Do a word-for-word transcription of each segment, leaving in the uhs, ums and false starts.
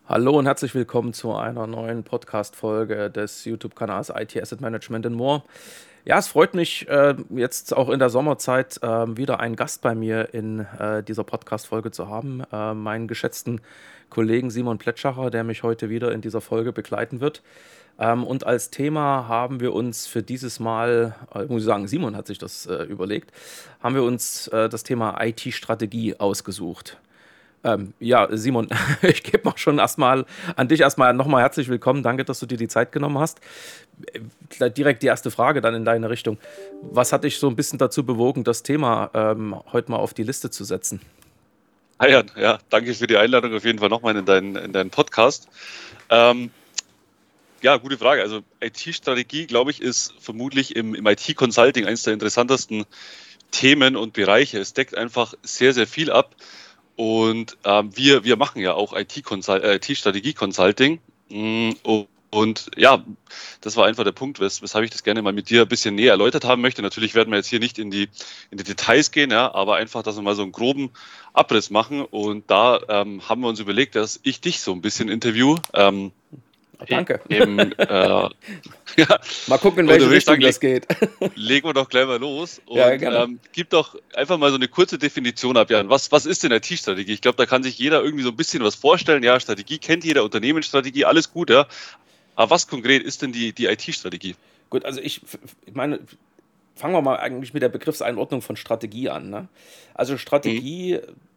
Hallo und herzlich willkommen zu einer neuen Podcast-Folge des YouTube-Kanals I T Asset Management and More. Ja, es freut mich, äh, jetzt auch in der Sommerzeit äh, wieder einen Gast bei mir in äh, dieser Podcast-Folge zu haben, äh, meinen geschätzten Kollegen Simon Pletschacher, der mich heute wieder in dieser Folge begleiten wird. Ähm, und als Thema haben wir uns für dieses Mal, äh, muss ich sagen, Simon hat sich das äh, überlegt, haben wir uns äh, das Thema I T-Strategie ausgesucht. Ähm, ja, Simon, ich gebe auch schon erstmal an dich erstmal nochmal herzlich willkommen. Danke, dass du dir die Zeit genommen hast. Äh, Direkt die erste Frage dann in deine Richtung. Was hat dich so ein bisschen dazu bewogen, das Thema ähm, heute mal auf die Liste zu setzen? Hi Jan, ja, danke für die Einladung auf jeden Fall nochmal in deinen, in deinen Podcast. Ähm, ja, gute Frage. Also I T-Strategie, glaube ich, ist vermutlich im, im I T-Consulting eines der interessantesten Themen und Bereiche. Es deckt einfach sehr, sehr viel ab. Und ähm, wir, wir machen ja auch I T-Strategie-Consulting. Mm, Und ja, das war einfach der Punkt, wes weshalb ich das gerne mal mit dir ein bisschen näher erläutert haben möchte. Natürlich werden wir jetzt hier nicht in die, in die Details gehen, ja, aber einfach, dass wir mal so einen groben Abriss machen. Und da ähm, haben wir uns überlegt, dass ich dich so ein bisschen interview. Ähm, Danke. Eben, äh, ja. Mal gucken, in welche Richtung sagen, das geht. Legen wir doch gleich mal los und Ja, gerne. ähm, gib doch einfach mal so eine kurze Definition ab, Jan. Was, was ist denn I T-Strategie? Ich glaube, da kann sich jeder irgendwie so ein bisschen was vorstellen. Ja, Strategie kennt jeder, Unternehmensstrategie, alles gut, ja. Aber was konkret ist denn die, die I T-Strategie? Gut, also ich, ich meine, fangen wir mal eigentlich mit der Begriffseinordnung von Strategie an. Ne? Also Mhm. Strategie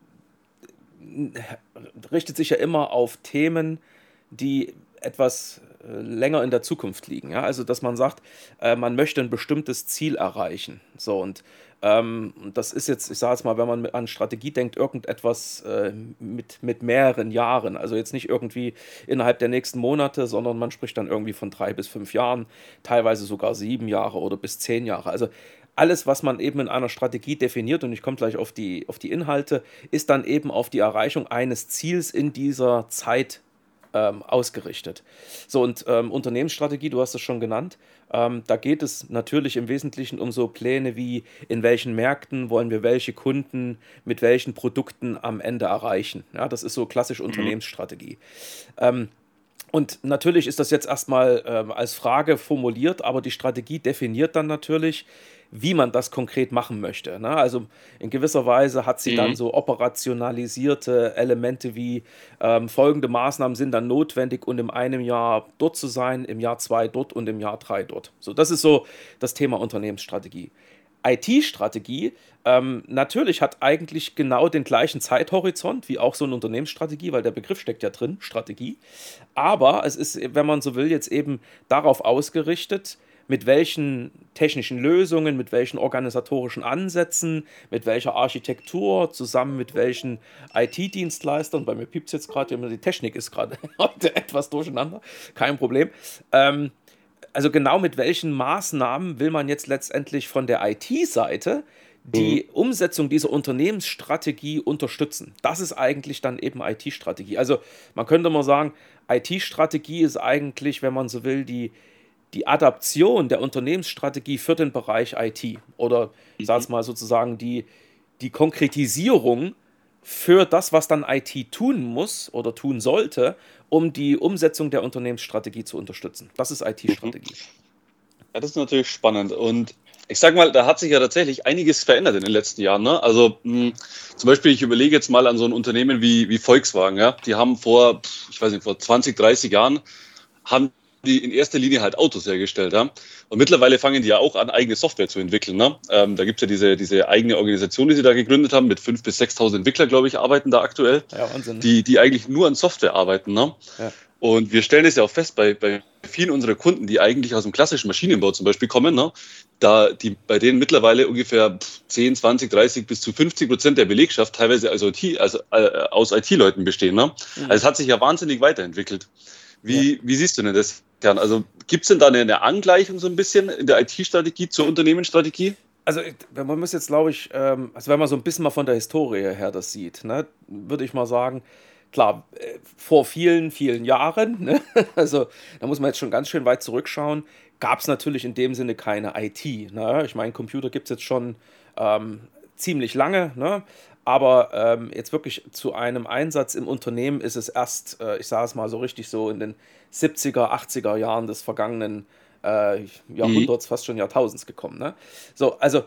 richtet sich ja immer auf Themen, die etwas äh, länger in der Zukunft liegen. Ja? Also, dass man sagt, äh, man möchte ein bestimmtes Ziel erreichen. So, und ähm, das ist jetzt, ich sage jetzt mal, wenn man an Strategie denkt, irgendetwas äh, mit, mit mehreren Jahren. Also jetzt nicht irgendwie innerhalb der nächsten Monate, sondern man spricht dann irgendwie von drei bis fünf Jahren, teilweise sogar sieben Jahre oder bis zehn Jahre. Also alles, was man eben in einer Strategie definiert, und ich komme gleich auf die, auf die Inhalte, ist dann eben auf die Erreichung eines Ziels in dieser Zeit ähm, ausgerichtet. So, und ähm, Unternehmensstrategie, du hast es schon genannt, ähm, da geht es natürlich im Wesentlichen um so Pläne wie, in welchen Märkten wollen wir welche Kunden mit welchen Produkten am Ende erreichen. Ja, das ist so klassisch Mhm. Unternehmensstrategie. Ähm, und natürlich ist das jetzt erstmal ähm, als Frage formuliert, aber die Strategie definiert dann natürlich, wie man das konkret machen möchte. Ne? Also in gewisser Weise hat sie dann Mhm. so operationalisierte Elemente wie ähm, folgende Maßnahmen sind dann notwendig, um in einem Jahr dort zu sein, im Jahr zwei dort und im Jahr drei dort. So, das ist so das Thema Unternehmensstrategie. I T-Strategie ähm, natürlich hat eigentlich genau den gleichen Zeithorizont wie auch so eine Unternehmensstrategie, weil der Begriff steckt ja drin, Strategie. Aber es ist, wenn man so will, jetzt eben darauf ausgerichtet, mit welchen technischen Lösungen, mit welchen organisatorischen Ansätzen, mit welcher Architektur, zusammen mit welchen I T-Dienstleistern, bei mir piept es jetzt gerade, die Technik ist gerade heute etwas durcheinander, kein Problem. Ähm, also genau mit welchen Maßnahmen will man jetzt letztendlich von der I T-Seite Mhm. die Umsetzung dieser Unternehmensstrategie unterstützen. Das ist eigentlich dann eben I T-Strategie. Also man könnte mal sagen, I T-Strategie ist eigentlich, wenn man so will, die, die Adaption der Unternehmensstrategie für den Bereich I T. Oder ich sage Mhm. es mal sozusagen, die, die Konkretisierung für das, was dann I T tun muss oder tun sollte, um die Umsetzung der Unternehmensstrategie zu unterstützen. Das ist I Mhm. T-Strategie. Ja, das ist natürlich spannend. Und ich sage mal, da hat sich ja tatsächlich einiges verändert in den letzten Jahren. Ne? Also mh, zum Beispiel, ich überlege jetzt mal an so ein Unternehmen wie, wie Volkswagen. Ja? Die haben vor, pf, ich weiß nicht, vor zwanzig, dreißig Jahren, haben die in erster Linie halt Autos hergestellt. Ja? Und mittlerweile fangen die ja auch an, eigene Software zu entwickeln. Ne? Ähm, da gibt es ja diese, diese eigene Organisation, die sie da gegründet haben, mit fünftausend bis sechstausend Entwickler, glaube ich, arbeiten da aktuell, Ja, Wahnsinn. die, die eigentlich nur an Software arbeiten. Ne? Ja. Und wir stellen es ja auch fest bei, bei vielen unserer Kunden, die eigentlich aus dem klassischen Maschinenbau zum Beispiel kommen, ne, da die bei denen mittlerweile ungefähr zehn, zwanzig, dreißig bis zu fünfzig Prozent der Belegschaft teilweise also I T, also, äh, aus I T-Leuten bestehen. Ne? Also Mhm. es hat sich ja wahnsinnig weiterentwickelt. Ja. Wie, wie siehst du denn das, Jan? Also gibt es denn da eine, eine Angleichung so ein bisschen in der I T-Strategie zur Unternehmensstrategie? Also man muss jetzt, glaube ich, ähm, also wenn man so ein bisschen mal von der Historie her das sieht, ne, würde ich mal sagen, klar, äh, vor vielen, vielen Jahren, ne, also da muss man jetzt schon ganz schön weit zurückschauen, gab es natürlich in dem Sinne keine I T. Ne? Ich meine, Computer gibt es jetzt schon ähm, ziemlich lange, ne? aber ähm, jetzt wirklich zu einem Einsatz im Unternehmen ist es erst, äh, ich sage es mal so richtig so in den siebziger, achtziger Jahren des vergangenen äh, Mhm. Jahrhunderts, fast schon Jahrtausends gekommen. Ne? So, also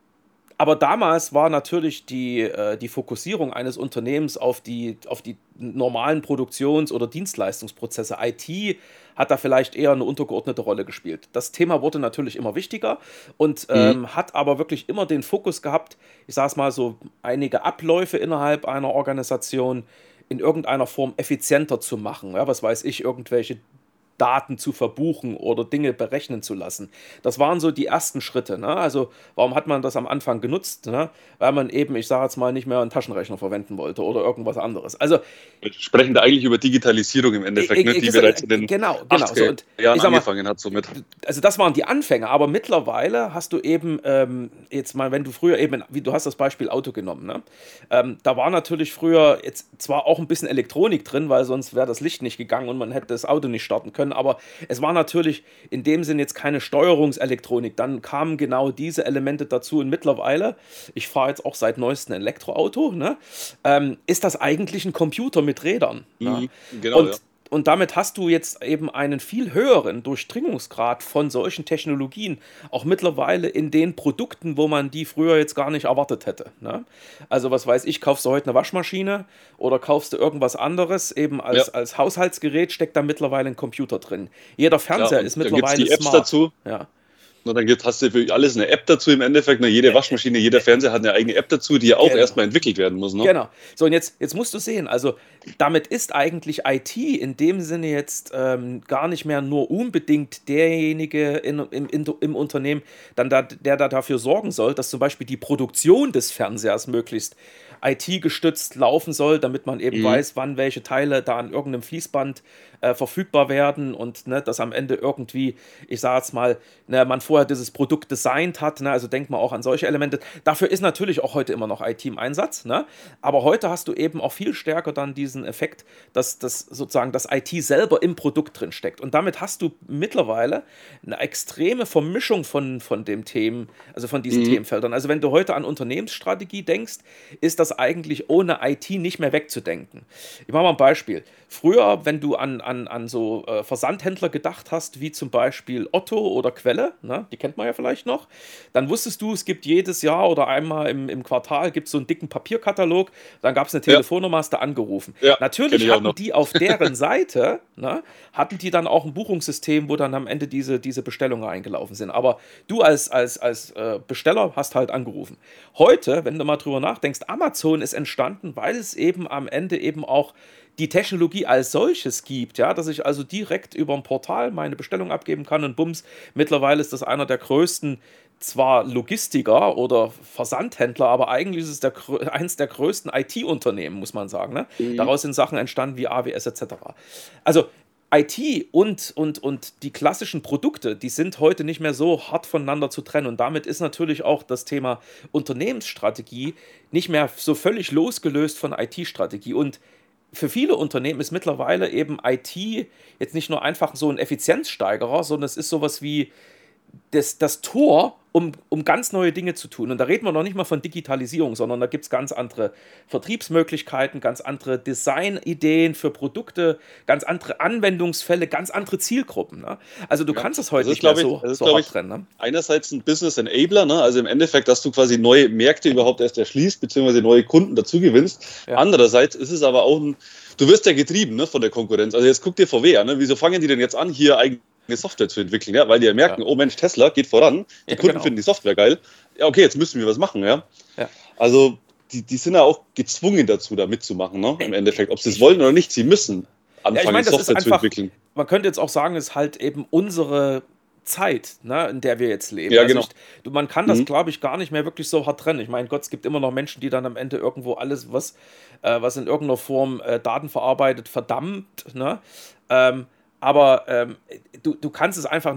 aber damals war natürlich die, äh, die Fokussierung eines Unternehmens auf die, auf die normalen Produktions- oder Dienstleistungsprozesse. I T hat da vielleicht eher eine untergeordnete Rolle gespielt. Das Thema wurde natürlich immer wichtiger und Mhm. ähm, hat aber wirklich immer den Fokus gehabt, ich sage es mal so, einige Abläufe innerhalb einer Organisation in irgendeiner Form effizienter zu machen. Ja, was weiß ich, irgendwelche Daten zu verbuchen oder Dinge berechnen zu lassen. Das waren so die ersten Schritte. Ne? Also warum hat man das am Anfang genutzt? Ne? Weil man eben, ich sage jetzt mal, nicht mehr einen Taschenrechner verwenden wollte oder irgendwas anderes. Also Wir sprechen da eigentlich über Digitalisierung im äh, Endeffekt, ne, äh, die äh, bereits in den genau, genau. So, achtziger und Jahren ich sag mal, angefangen hat somit. also das waren die Anfänge, aber mittlerweile hast du eben, ähm, jetzt mal, wenn du früher eben, wie du hast das Beispiel Auto genommen, ne? Ähm, da war natürlich früher jetzt zwar auch ein bisschen Elektronik drin, weil sonst wäre das Licht nicht gegangen und man hätte das Auto nicht starten können, aber es war natürlich in dem Sinn jetzt keine Steuerungselektronik. Dann kamen genau diese Elemente dazu und mittlerweile, ich fahre jetzt auch seit neuestem ein Elektroauto, ne? Ähm, ist das eigentlich ein Computer mit Rädern, ne? Mhm. Genau, ja. Und und damit hast du jetzt eben einen viel höheren Durchdringungsgrad von solchen Technologien, auch mittlerweile in den Produkten, wo man die früher jetzt gar nicht erwartet hätte. Ne? Also was weiß ich, kaufst du heute eine Waschmaschine oder kaufst du irgendwas anderes, eben Ja, als, als Haushaltsgerät steckt da mittlerweile ein Computer drin. Jeder ja, Fernseher und ist dann gibt es mittlerweile die Apps smart. dazu. Ja. Na, dann gibt, hast du für alles eine App dazu im Endeffekt. Na, jede Waschmaschine, jeder Fernseher hat eine eigene App dazu, die ja auch Genau. erstmal entwickelt werden muss. Ne? Genau. So, und jetzt, jetzt musst du sehen, also damit ist eigentlich I T in dem Sinne jetzt ähm, gar nicht mehr nur unbedingt derjenige in, im, in, im Unternehmen, dann da, der da dafür sorgen soll, dass zum Beispiel die Produktion des Fernsehers möglichst I T-gestützt laufen soll, damit man eben Mhm. weiß, wann welche Teile da an irgendeinem Fließband äh, verfügbar werden und ne, dass am Ende irgendwie, ich sage jetzt mal, ne, man vorher dieses Produkt designt hat, ne, also denkt man auch an solche Elemente. Dafür ist natürlich auch heute immer noch I T im Einsatz, ne? Aber heute hast du eben auch viel stärker dann diesen Effekt, dass das sozusagen das I T selber im Produkt drin steckt. Und damit hast du mittlerweile eine extreme Vermischung von, von dem Themen, also von diesen Mhm. Themenfeldern. Also wenn du heute an Unternehmensstrategie denkst, ist das eigentlich ohne I T nicht mehr wegzudenken. Ich mache mal ein Beispiel. Früher, wenn du an, an, an so äh, Versandhändler gedacht hast, wie zum Beispiel Otto oder Quelle, ne, die kennt man ja vielleicht noch, dann wusstest du, es gibt jedes Jahr oder einmal im, im Quartal gibt so einen dicken Papierkatalog, dann gab es eine Ja, Telefonnummer, hast du angerufen. ja, kenne Natürlich ich auch hatten noch. die auf deren Seite, ne, hatten die dann auch ein Buchungssystem, wo dann am Ende diese, diese Bestellungen eingelaufen sind. Aber du als, als, als äh, Besteller hast halt angerufen. Heute, wenn du mal drüber nachdenkst, Amazon ist entstanden, weil es eben am Ende eben auch die Technologie als solches gibt, ja, dass ich also direkt über ein Portal meine Bestellung abgeben kann und bums, mittlerweile ist das einer der größten, zwar Logistiker oder Versandhändler, aber eigentlich ist es der, grö- eins der größten I T-Unternehmen, muss man sagen. Ne? Mhm. Daraus sind Sachen entstanden wie A W S et cetera. Also I T und, und, und die klassischen Produkte, die sind heute nicht mehr so hart voneinander zu trennen. Und damit ist natürlich auch das Thema Unternehmensstrategie nicht mehr so völlig losgelöst von I T-Strategie. Und für viele Unternehmen ist mittlerweile eben I T jetzt nicht nur einfach so ein Effizienzsteigerer, sondern es ist sowas wie das, das Tor, um, um ganz neue Dinge zu tun. Und da reden wir noch nicht mal von Digitalisierung, sondern da gibt es ganz andere Vertriebsmöglichkeiten, ganz andere Designideen für Produkte, ganz andere Anwendungsfälle, ganz andere Zielgruppen. Ne? Also du Ja, kannst es das heute ist, nicht mehr glaube ich, so, das ist, so glaube hart ich, trennen. Ne? einerseits ein Business Enabler, ne? Also im Endeffekt, dass du quasi neue Märkte überhaupt erst erschließt, beziehungsweise neue Kunden dazu gewinnst. Ja, Andererseits ist es aber auch ein, du wirst ja getrieben, ne, von der Konkurrenz. Also jetzt guck dir V W an, ne? Wieso fangen die denn jetzt an, hier eigene Software zu entwickeln? Ja, weil die ja merken, ja, oh Mensch, Tesla geht voran, die ja, Kunden genau. finden die Software geil. Ja, okay, jetzt müssen wir was machen, ja. Ja. Also die, die sind ja auch gezwungen dazu, da mitzumachen, ne? Im Endeffekt, ob sie es Ich, wollen oder nicht, sie müssen Ja, ich anfangen, meine, das ist Software zu einfach, entwickeln. man könnte jetzt auch sagen, es ist halt eben unsere Zeit, ne, in der wir jetzt leben. Ja, Also genau. ich, du, man kann das, Mhm. glaube ich, gar nicht mehr wirklich so hart trennen. Ich meine, Gott, es gibt immer noch Menschen, die dann am Ende irgendwo alles, was, äh, was in irgendeiner Form äh, Daten verarbeitet, verdammt, ne? Ähm, aber ähm, du, du kannst es einfach nicht mehr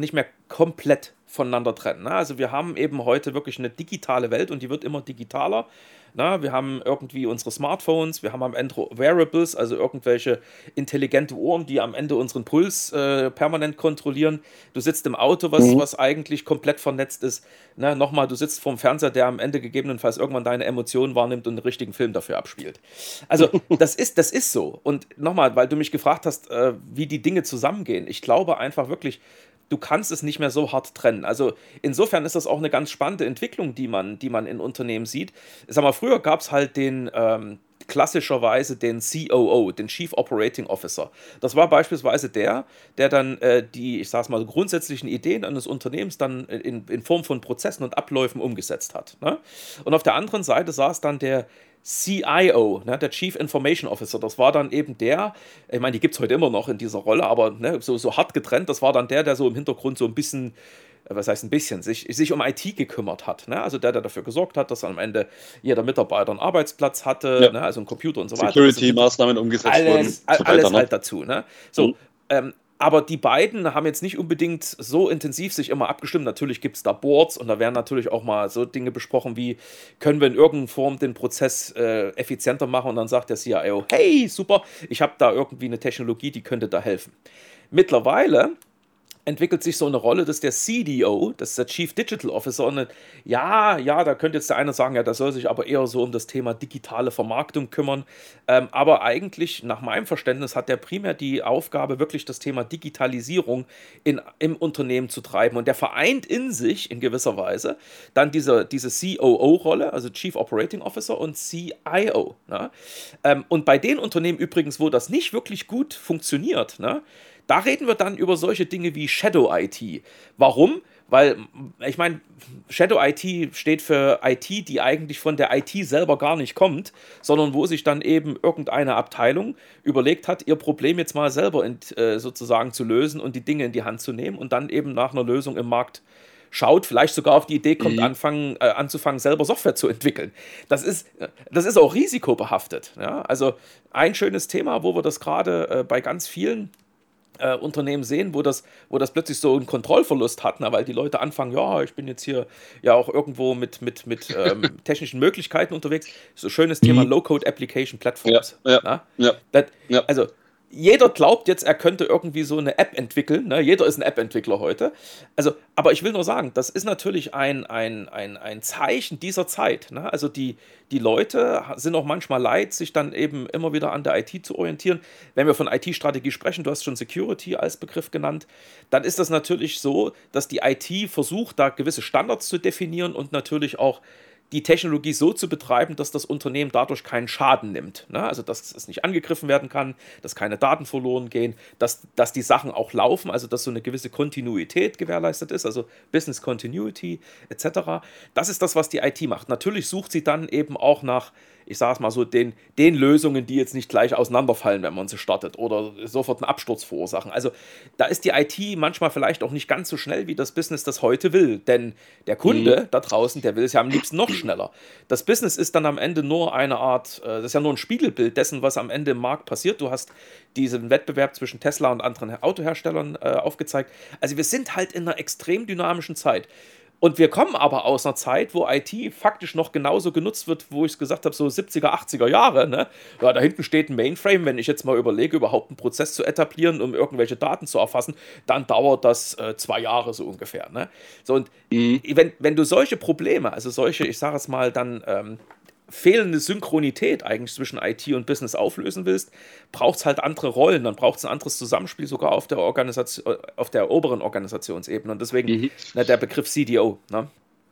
komplett voneinander trennen. Ne? Also wir haben eben heute wirklich eine digitale Welt und die wird immer digitaler. Na, wir haben irgendwie unsere Smartphones, wir haben am Ende Wearables, also irgendwelche intelligente Ohren, die am Ende unseren Puls äh, permanent kontrollieren. Du sitzt im Auto, was, mhm. was eigentlich komplett vernetzt ist. Na, nochmal, du sitzt vorm Fernseher, der am Ende gegebenenfalls irgendwann deine Emotionen wahrnimmt und einen richtigen Film dafür abspielt. Also das ist, das ist so. Und nochmal, weil du mich gefragt hast, äh, wie die Dinge zusammengehen. Ich glaube einfach wirklich, du kannst es nicht mehr so hart trennen. Also insofern ist das auch eine ganz spannende Entwicklung, die man, die man in Unternehmen sieht. Sag mal, früher gab es halt den ähm, klassischerweise den C O O, den Chief Operating Officer. Das war beispielsweise der, der dann äh, die, ich sag's mal, grundsätzlichen Ideen eines Unternehmens dann in, in Form von Prozessen und Abläufen umgesetzt hat. Ne? Und auf der anderen Seite saß dann der C I O, ne, der Chief Information Officer, das war dann eben der, ich meine, die gibt es heute immer noch in dieser Rolle, aber ne, so, so hart getrennt, das war dann der, der so im Hintergrund so ein bisschen, was heißt ein bisschen, sich, sich um I T gekümmert hat. Ne? Also der, der dafür gesorgt hat, dass am Ende jeder Mitarbeiter einen Arbeitsplatz hatte, ja. ne? Also einen Computer und so weiter. Security-Maßnahmen umgesetzt alles, wurden. So alles weiter, ne? Halt dazu. Ne? So, mhm. ähm, aber die beiden haben jetzt nicht unbedingt so intensiv sich immer abgestimmt. Natürlich gibt es da Boards und da werden natürlich auch mal so Dinge besprochen wie, können wir in irgendeiner Form den Prozess äh, effizienter machen? Und dann sagt der C I O, hey, super, ich habe da irgendwie eine Technologie, die könnte da helfen. Mittlerweile entwickelt sich so eine Rolle, dass der C D O, das ist der Chief Digital Officer, und ja, ja, da könnte jetzt der eine sagen, ja, der soll sich aber eher so um das Thema digitale Vermarktung kümmern, ähm, aber eigentlich, nach meinem Verständnis, hat der primär die Aufgabe, wirklich das Thema Digitalisierung in, im Unternehmen zu treiben, und der vereint in sich, in gewisser Weise, dann diese, diese C O O-Rolle, also Chief Operating Officer und C I O, ne? ähm, und bei den Unternehmen übrigens, wo das nicht wirklich gut funktioniert, ne, da reden wir dann über solche Dinge wie Shadow I T. Warum? Weil, ich meine, Shadow I T steht für I T, die eigentlich von der I T selber gar nicht kommt, sondern wo sich dann eben irgendeine Abteilung überlegt hat, ihr Problem jetzt mal selber in, äh, sozusagen zu lösen und die Dinge in die Hand zu nehmen und dann eben nach einer Lösung im Markt schaut, vielleicht sogar auf die Idee kommt, mhm. anfangen, äh, anzufangen, selber Software zu entwickeln. Das ist, das ist auch risikobehaftet. Ja? Also ein schönes Thema, wo wir das gerade äh, bei ganz vielen Äh, Unternehmen sehen, wo das, wo das plötzlich so einen Kontrollverlust hat, na, weil die Leute anfangen, ja, ich bin jetzt hier ja auch irgendwo mit, mit, mit ähm, technischen Möglichkeiten unterwegs. So schönes Thema mhm. Low-Code Application Platforms. Ja, ja, ja, das, ja. Also jeder glaubt jetzt, er könnte irgendwie so eine App entwickeln. Ne? Jeder ist ein App-Entwickler heute. Also, aber ich will nur sagen, das ist natürlich ein, ein, ein, ein Zeichen dieser Zeit. Ne? Also die, die Leute sind auch manchmal leid, sich dann eben immer wieder an der I T zu orientieren. Wenn wir von I T-Strategie sprechen, du hast schon Security als Begriff genannt, dann ist das natürlich so, dass die I T versucht, da gewisse Standards zu definieren und natürlich auch die Technologie so zu betreiben, dass das Unternehmen dadurch keinen Schaden nimmt. Ne? Also, dass es nicht angegriffen werden kann, dass keine Daten verloren gehen, dass, dass die Sachen auch laufen, also dass so eine gewisse Kontinuität gewährleistet ist, also Business Continuity et cetera. Das ist das, was die I T macht. Natürlich sucht sie dann eben auch nach, ich sage es mal so, den, den Lösungen, die jetzt nicht gleich auseinanderfallen, wenn man sie startet oder sofort einen Absturz verursachen. Also da ist die I T manchmal vielleicht auch nicht ganz so schnell, wie das Business das heute will. Denn der Kunde mhm. da draußen, der will es ja am liebsten noch schneller. Das Business ist dann am Ende nur eine Art, das ist ja nur ein Spiegelbild dessen, was am Ende im Markt passiert. Du hast diesen Wettbewerb zwischen Tesla und anderen Autoherstellern äh, aufgezeigt. Also wir sind halt in einer extrem dynamischen Zeit. Und wir kommen aber aus einer Zeit, wo I T faktisch noch genauso genutzt wird, wo ich es gesagt habe, so siebziger, achtziger Jahre. Ne? Ja, da hinten steht ein Mainframe. Wenn ich jetzt mal überlege, überhaupt einen Prozess zu etablieren, um irgendwelche Daten zu erfassen, dann dauert das äh, zwei Jahre so ungefähr. Ne? So, und mhm. wenn, wenn du solche Probleme, also solche, ich sage es mal, dann ähm, fehlende Synchronität eigentlich zwischen I T und Business auflösen willst, braucht es halt andere Rollen, dann braucht es ein anderes Zusammenspiel sogar auf der Organisation, auf der oberen Organisationsebene, und deswegen mhm. na, der Begriff C D O. Ne?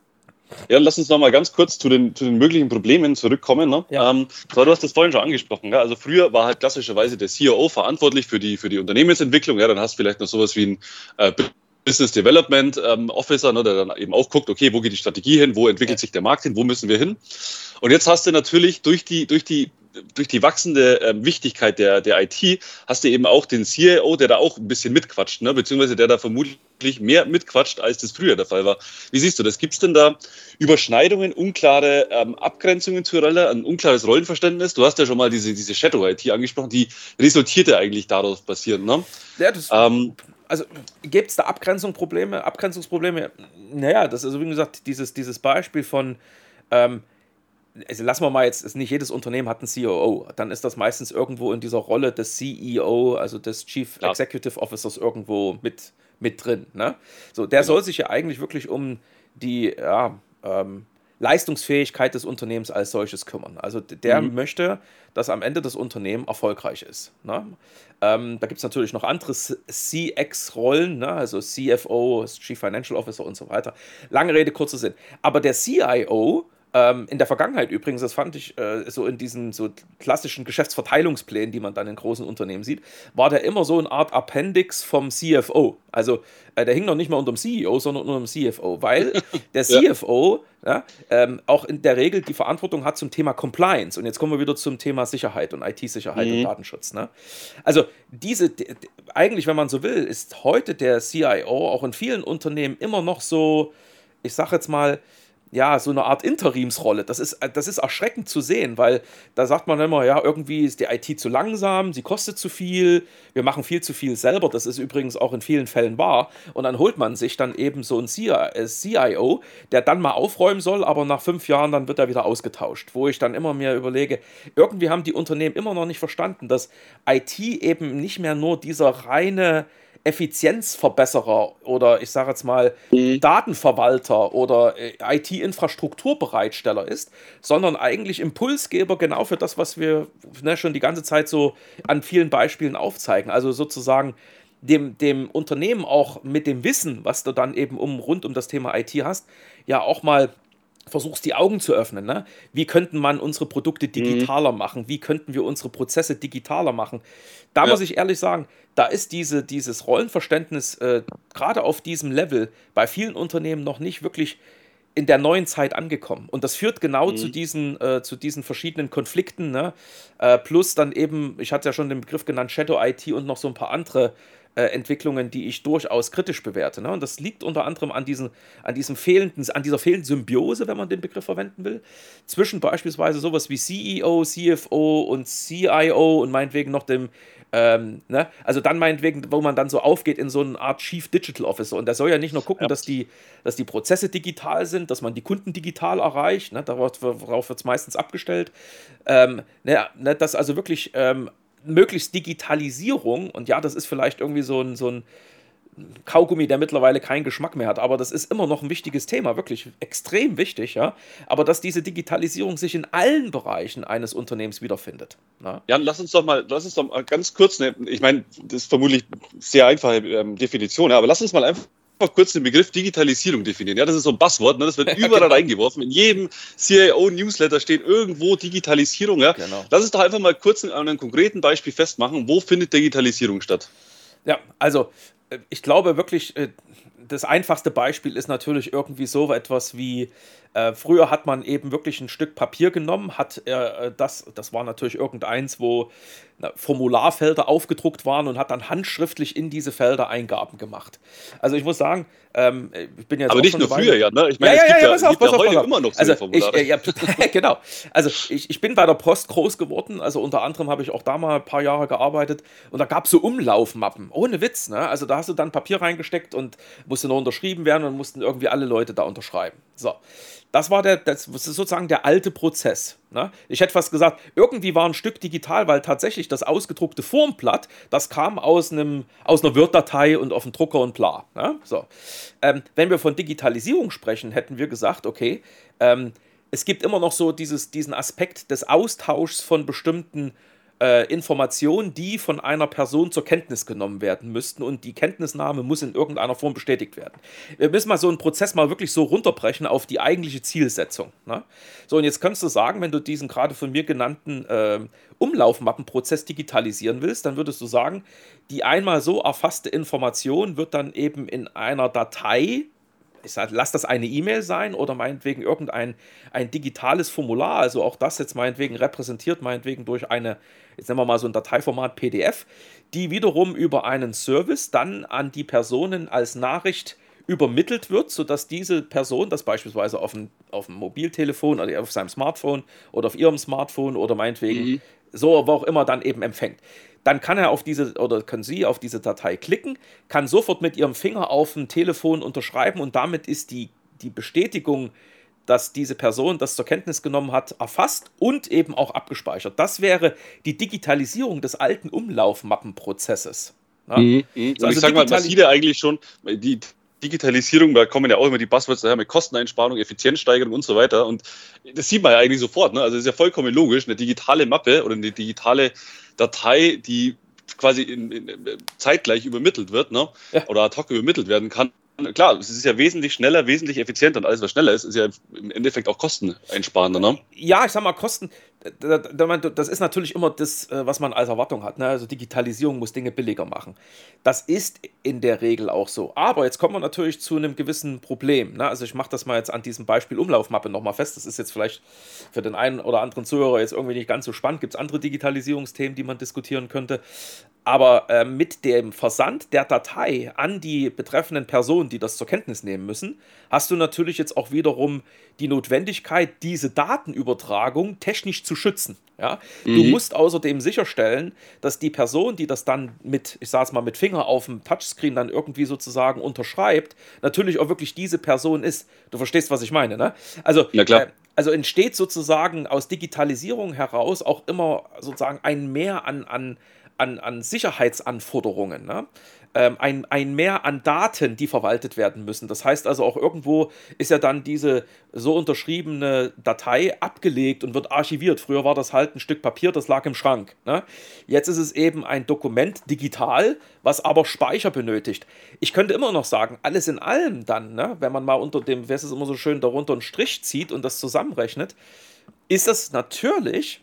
Ja, lass uns noch mal ganz kurz zu den, zu den möglichen Problemen zurückkommen. Ne? Ja. Ähm, so, du hast das vorhin schon angesprochen. Ja? Also früher war halt klassischerweise der C O O verantwortlich für die, für die Unternehmensentwicklung. Ja? Dann hast du vielleicht noch sowas wie ein äh, Business Development ähm, Officer, ne, der dann eben auch guckt, okay, wo geht die Strategie hin, wo entwickelt ja. sich der Markt hin, wo müssen wir hin? Und jetzt hast du natürlich durch die, durch die, durch die wachsende ähm, Wichtigkeit der, der I T, hast du eben auch den C I O, der da auch ein bisschen mitquatscht, ne, beziehungsweise der da vermutlich mehr mitquatscht, als das früher der Fall war. Wie siehst du das? Gibt es denn da Überschneidungen, unklare ähm, Abgrenzungen zur Rolle, ein unklares Rollenverständnis? Du hast ja schon mal diese, diese Shadow I T angesprochen, die resultierte eigentlich daraus basierend, ne? Ja, das ähm, also gibt es da Abgrenzungsprobleme? Abgrenzungsprobleme? Naja, das ist also wie gesagt dieses, dieses Beispiel von, ähm, also lassen wir mal jetzt, nicht jedes Unternehmen hat einen C O O, dann ist das meistens irgendwo in dieser Rolle des C E O, also des Chief Ja. Executive Officers irgendwo mit, mit drin. Ne? So, der Genau. soll sich ja eigentlich wirklich um die ja, ähm, Leistungsfähigkeit des Unternehmens als solches kümmern. Also d- der Mhm. möchte, dass am Ende das Unternehmen erfolgreich ist. Ne? Ähm, da gibt es natürlich noch andere C X-Rollen, ne? Also C F O, Chief Financial Officer und so weiter. Lange Rede, kurzer Sinn. Aber der C I O, ähm, in der Vergangenheit übrigens, das fand ich äh, so in diesen so klassischen Geschäftsverteilungsplänen, die man dann in großen Unternehmen sieht, war der immer so eine Art Appendix vom C F O. Also äh, der hing noch nicht mal unter dem C E O, sondern unter dem C F O, weil der Ja. C F O ja, ähm, auch in der Regel die Verantwortung hat zum Thema Compliance. Und jetzt kommen wir wieder zum Thema Sicherheit und I T-Sicherheit und Mhm. Datenschutz. Ne? Also diese, d- d- eigentlich, wenn man so will, ist heute der C I O auch in vielen Unternehmen immer noch so, ich sag jetzt mal, ja, so eine Art Interimsrolle. Das ist, das ist erschreckend zu sehen, weil da sagt man immer, ja, irgendwie ist die I T zu langsam, sie kostet zu viel, wir machen viel zu viel selber. Das ist übrigens auch in vielen Fällen wahr. Und dann holt man sich dann eben so einen C I O, der dann mal aufräumen soll, aber nach fünf Jahren dann wird er wieder ausgetauscht. Wo ich dann immer mir überlege, irgendwie haben die Unternehmen immer noch nicht verstanden, dass I T eben nicht mehr nur dieser reine Effizienzverbesserer oder ich sage jetzt mal Mhm. Datenverwalter oder äh, I T-Infrastrukturbereitsteller ist, sondern eigentlich Impulsgeber genau für das, was wir ne, schon die ganze Zeit so an vielen Beispielen aufzeigen. Also sozusagen dem, dem Unternehmen auch mit dem Wissen, was du dann eben um, rund um das Thema I T hast, ja auch mal versuchst die Augen zu öffnen. Ne? Wie könnten man unsere Produkte digitaler machen? Wie könnten wir unsere Prozesse digitaler machen? Da Ja. muss ich ehrlich sagen, da ist diese, dieses Rollenverständnis äh, gerade auf diesem Level bei vielen Unternehmen noch nicht wirklich in der neuen Zeit angekommen. Und das führt genau zu Mhm. diesen, äh, zu diesen verschiedenen Konflikten. Ne? Äh, plus dann eben, ich hatte ja schon den Begriff genannt, Shadow I T und noch so ein paar andere äh, Entwicklungen, die ich durchaus kritisch bewerte. Ne? Und das liegt unter anderem an, diesen, an, diesem fehlenden, an dieser fehlenden Symbiose, wenn man den Begriff verwenden will, zwischen beispielsweise sowas wie C E O, C F O und C I O und meinetwegen noch dem ähm, ne? Also dann meinetwegen, wo man dann so aufgeht in so eine Art Chief Digital Officer. Und der soll ja nicht nur gucken, Ja. dass, die, dass die Prozesse digital sind, dass man die Kunden digital erreicht, ne? Darauf, worauf wird es meistens abgestellt. Ähm, ne, ne, dass also wirklich ähm, möglichst Digitalisierung, und ja, das ist vielleicht irgendwie so ein, so ein Kaugummi, der mittlerweile keinen Geschmack mehr hat, aber das ist immer noch ein wichtiges Thema, wirklich extrem wichtig, ja. Aber dass diese Digitalisierung sich in allen Bereichen eines Unternehmens wiederfindet. Ne? Jan, lass uns doch mal, lass uns doch mal ganz kurz, ne, ich meine, das ist vermutlich sehr einfache ähm, Definition, ja, aber lass uns mal einfach kurz den Begriff Digitalisierung definieren. Ja, das ist so ein Buzzword, ne, das wird überall Genau. reingeworfen. In jedem C I O-Newsletter steht irgendwo Digitalisierung. Ja. Genau. Lass uns doch einfach mal kurz an einem konkreten Beispiel festmachen, wo findet Digitalisierung statt? Ja, also äh, ich glaube wirklich, äh, das einfachste Beispiel ist natürlich irgendwie so etwas wie, äh, früher hat man eben wirklich ein Stück Papier genommen, hat äh, das, das war natürlich irgendeins, wo na, Formularfelder aufgedruckt waren und hat dann handschriftlich in diese Felder Eingaben gemacht. Also ich muss sagen, ähm, ich bin jetzt Aber auch nicht schon nur eine früher, Weile- ja, ne? Ich Ja, meine, ja, es gibt ja, ja, pass auf, gibt ja pass auf, heute pass auf. immer noch so Also ich, Formulare. äh, ja, genau. Also ich, ich bin bei der Post groß geworden, also unter anderem habe ich auch da mal ein paar Jahre gearbeitet und da gab es so Umlaufmappen, ohne Witz, ne? Also da hast du dann Papier reingesteckt und musste noch unterschrieben werden und mussten irgendwie alle Leute da unterschreiben. So, das war der, das ist sozusagen der alte Prozess. Ne? Ich hätte fast gesagt, irgendwie war ein Stück digital, weil tatsächlich das ausgedruckte Formblatt, das kam aus, einem, aus einer Word-Datei und auf dem Drucker und bla. Ne? So. Ähm, wenn wir von Digitalisierung sprechen, hätten wir gesagt, okay, ähm, es gibt immer noch so dieses, diesen Aspekt des Austauschs von bestimmten äh, Informationen, die von einer Person zur Kenntnis genommen werden müssten und die Kenntnisnahme muss in irgendeiner Form bestätigt werden. Wir müssen mal so einen Prozess mal wirklich so runterbrechen auf die eigentliche Zielsetzung. Ne? So, und jetzt kannst du sagen, wenn du diesen gerade von mir genannten äh, Umlaufmappenprozess digitalisieren willst, dann würdest du sagen, die einmal so erfasste Information wird dann eben in einer Datei, ich sag, lass das eine E-Mail sein oder meinetwegen irgendein ein digitales Formular, also auch das jetzt meinetwegen repräsentiert, meinetwegen durch eine, jetzt nehmen wir mal so ein Dateiformat P D F, die wiederum über einen Service dann an die Personen als Nachricht übermittelt wird, sodass diese Person das beispielsweise auf dem, auf dem Mobiltelefon oder auf seinem Smartphone oder auf ihrem Smartphone oder meinetwegen Mhm. so, wo auch immer dann eben empfängt. dann kann er auf diese, oder können Sie auf diese Datei klicken, kann sofort mit Ihrem Finger auf dem Telefon unterschreiben und damit ist die, die Bestätigung, dass diese Person das zur Kenntnis genommen hat, erfasst und eben auch abgespeichert. Das wäre die Digitalisierung des alten Umlaufmappenprozesses. Ja? Mhm, mhm. Und also ich sage mal, man sieht ja eigentlich schon, die Digitalisierung, da kommen ja auch immer die Buzzwords daher mit Kosteneinsparung, Effizienzsteigerung und so weiter. Und das sieht man ja eigentlich sofort. Ne? Also es ist ja vollkommen logisch, eine digitale Mappe oder eine digitale Datei, die quasi in, in, zeitgleich übermittelt wird, ne? Ja. Oder ad hoc übermittelt werden kann. Klar, es ist ja wesentlich schneller, wesentlich effizienter und alles, was schneller ist, ist ja im Endeffekt auch kosteneinsparender. Ne? Ja, ich sag mal, Kosten, das ist natürlich immer das, was man als Erwartung hat. Ne? Also Digitalisierung muss Dinge billiger machen. Das ist in der Regel auch so. Aber jetzt kommen wir natürlich zu einem gewissen Problem. Ne? Also ich mache das mal jetzt an diesem Beispiel Umlaufmappe nochmal fest. Das ist jetzt vielleicht für den einen oder anderen Zuhörer jetzt irgendwie nicht ganz so spannend. Gibt es andere Digitalisierungsthemen, die man diskutieren könnte? Aber äh, mit dem Versand der Datei an die betreffenden Personen, die das zur Kenntnis nehmen müssen, hast du natürlich jetzt auch wiederum die Notwendigkeit, diese Datenübertragung technisch zu schützen. Ja? Mhm. Du musst außerdem sicherstellen, dass die Person, die das dann mit, ich sag's mal, mit Finger auf dem Touchscreen dann irgendwie sozusagen unterschreibt, natürlich auch wirklich diese Person ist. Du verstehst, was ich meine, ne? Also, ja, klar. Äh, also entsteht sozusagen aus Digitalisierung heraus auch immer sozusagen ein Mehr an, an An, an Sicherheitsanforderungen, ne? ähm, ein, ein Mehr an Daten, die verwaltet werden müssen. Das heißt also auch irgendwo ist ja dann diese so unterschriebene Datei abgelegt und wird archiviert. Früher war das halt ein Stück Papier, das lag im Schrank. Ne? Jetzt ist es eben ein Dokument digital, was aber Speicher benötigt. Ich könnte immer noch sagen, alles in allem dann, ne? Wenn man mal unter dem, wie ist es immer so schön, darunter einen Strich zieht und das zusammenrechnet, ist das natürlich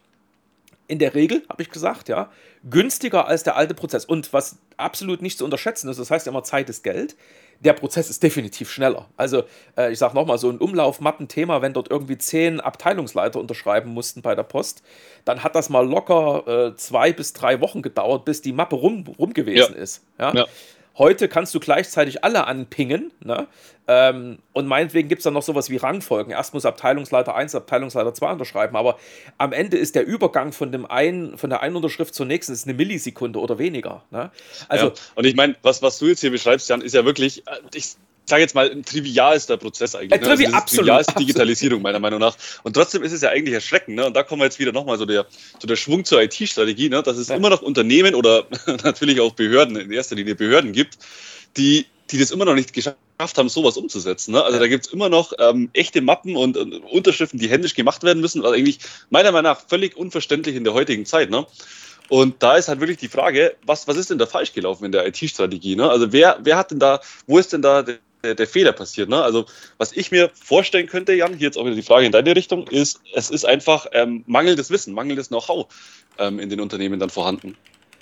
in der Regel, habe ich gesagt, ja, günstiger als der alte Prozess. Und was absolut nicht zu unterschätzen ist, das heißt ja immer, Zeit ist Geld, der Prozess ist definitiv schneller. Also äh, ich sage nochmal, so ein Umlaufmappenthema, wenn dort irgendwie zehn Abteilungsleiter unterschreiben mussten bei der Post, dann hat das mal locker äh, zwei bis drei Wochen gedauert, bis die Mappe rum, rum gewesen ja. ist. Ja? Ja. Heute kannst du gleichzeitig alle anpingen, ne? Ähm, und meinetwegen gibt es dann noch sowas wie Rangfolgen. Erst muss Abteilungsleiter eins, Abteilungsleiter zwei unterschreiben, aber am Ende ist der Übergang von, dem einen, von der einen Unterschrift zur nächsten ist eine Millisekunde oder weniger. Ne? Also, ja. Und ich meine, was, was du jetzt hier beschreibst, Jan, ist ja wirklich, ich sage jetzt mal, ein trivialster Prozess eigentlich. Ne? Trivi- also absolut, trivialste Digitalisierung meiner Meinung nach. Und trotzdem ist es ja eigentlich erschreckend. Ne? Und da kommen wir jetzt wieder nochmal so der, so der Schwung zur I T-Strategie, ne? Dass es ja. immer noch Unternehmen oder natürlich auch Behörden, in erster Linie Behörden gibt, die, die das immer noch nicht geschafft haben, sowas umzusetzen. Ne? Also ja. da gibt es immer noch ähm, echte Mappen und, und Unterschriften, die händisch gemacht werden müssen, was eigentlich meiner Meinung nach völlig unverständlich in der heutigen Zeit. Ne? Und da ist halt wirklich die Frage, was, was ist denn da falsch gelaufen in der I T-Strategie? Ne? Also wer, wer hat denn da, wo ist denn da der, der Fehler passiert? Ne? Also was ich mir vorstellen könnte, Jan, hier jetzt auch wieder die Frage in deine Richtung, ist, es ist einfach ähm, mangelndes Wissen, mangelndes Know-how ähm, in den Unternehmen dann vorhanden.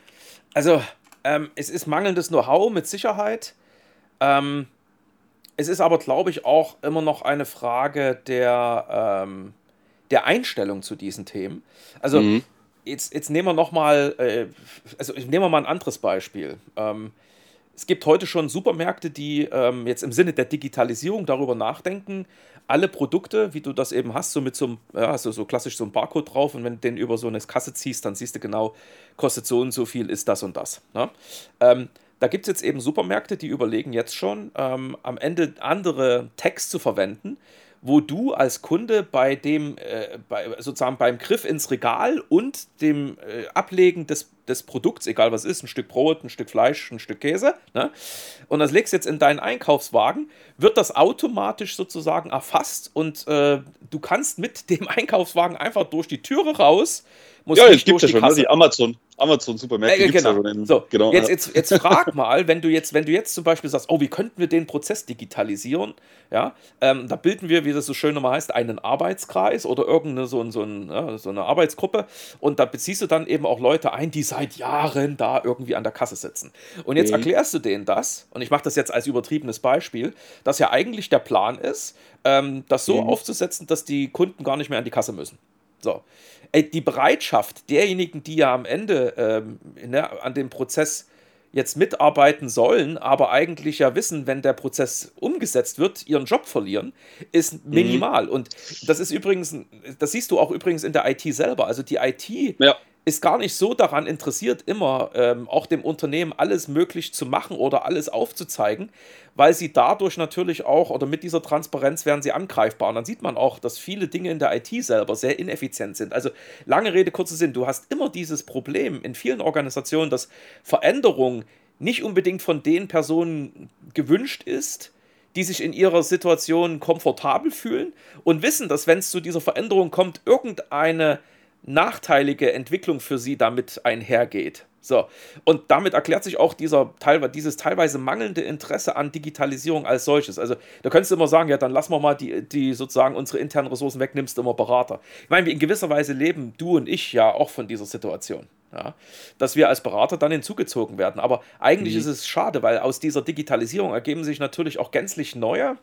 Also ähm, es ist mangelndes Know-how mit Sicherheit. Ähm, es ist aber, glaube ich, auch immer noch eine Frage der, ähm, der Einstellung zu diesen Themen. Also mhm. jetzt, jetzt nehmen wir noch mal, äh, also nehmen wir mal ein anderes Beispiel. Ähm, es gibt heute schon Supermärkte, die ähm, jetzt im Sinne der Digitalisierung darüber nachdenken, alle Produkte, wie du das eben hast, so mit so einem, ja, hast du so klassisch so einen Barcode drauf und wenn du den über so eine Kasse ziehst, dann siehst du genau, kostet so und so viel, ist das und das. Ne? Ähm, Da gibt es jetzt eben Supermärkte, die überlegen jetzt schon, ähm, am Ende andere Tags zu verwenden, wo du als Kunde bei dem, äh, bei, sozusagen beim Griff ins Regal und dem äh, Ablegen des, des Produkts, egal was es ist, ein Stück Brot, ein Stück Fleisch, ein Stück Käse, ne? Und das legst jetzt in deinen Einkaufswagen, wird das automatisch sozusagen erfasst und äh, du kannst mit dem Einkaufswagen einfach durch die Türe raus. Ja, jetzt gibt es ja schon, ne? Die Amazon. Amazon-Supermärkte äh, gibt es genau. ja schon. In, so, genau. Jetzt, jetzt, jetzt frag mal, wenn du jetzt, wenn du jetzt zum Beispiel sagst, oh, wie könnten wir den Prozess digitalisieren? Ja, ähm, da bilden wir, wie das so schön nochmal heißt, einen Arbeitskreis oder irgendeine so, so, ein, ja, so eine Arbeitsgruppe und da beziehst du dann eben auch Leute ein, die seit Jahren da irgendwie an der Kasse sitzen. Und jetzt mhm. erklärst du denen das, und ich mache das jetzt als übertriebenes Beispiel, dass ja eigentlich der Plan ist, ähm, das so mhm. aufzusetzen, dass die Kunden gar nicht mehr an die Kasse müssen. So. Die Bereitschaft derjenigen, die ja am Ende ähm, ne, an dem Prozess jetzt mitarbeiten sollen, aber eigentlich ja wissen, wenn der Prozess umgesetzt wird, ihren Job verlieren, ist minimal. Mhm. Und das ist übrigens, das siehst du auch übrigens in der I T selber. Also die I T, ja. ist gar nicht so daran interessiert, immer ähm, auch dem Unternehmen alles möglich zu machen oder alles aufzuzeigen, weil sie dadurch natürlich auch, oder mit dieser Transparenz werden sie angreifbar. Und dann sieht man auch, dass viele Dinge in der I T selber sehr ineffizient sind. Also lange Rede, kurzer Sinn, du hast immer dieses Problem in vielen Organisationen, dass Veränderung nicht unbedingt von den Personen gewünscht ist, die sich in ihrer Situation komfortabel fühlen und wissen, dass wenn es zu dieser Veränderung kommt, irgendeine nachteilige Entwicklung für sie damit einhergeht. So, und damit erklärt sich auch dieser, dieses teilweise mangelnde Interesse an Digitalisierung als solches. Also, da könntest du immer sagen, ja, dann lassen wir mal die, die sozusagen unsere internen Ressourcen weg, nimmst du immer Berater. Ich meine, in gewisser Weise leben du und ich ja auch von dieser Situation. Ja, dass wir als Berater dann hinzugezogen werden. Aber eigentlich mhm. ist es schade, weil aus dieser Digitalisierung ergeben sich natürlich auch gänzlich neue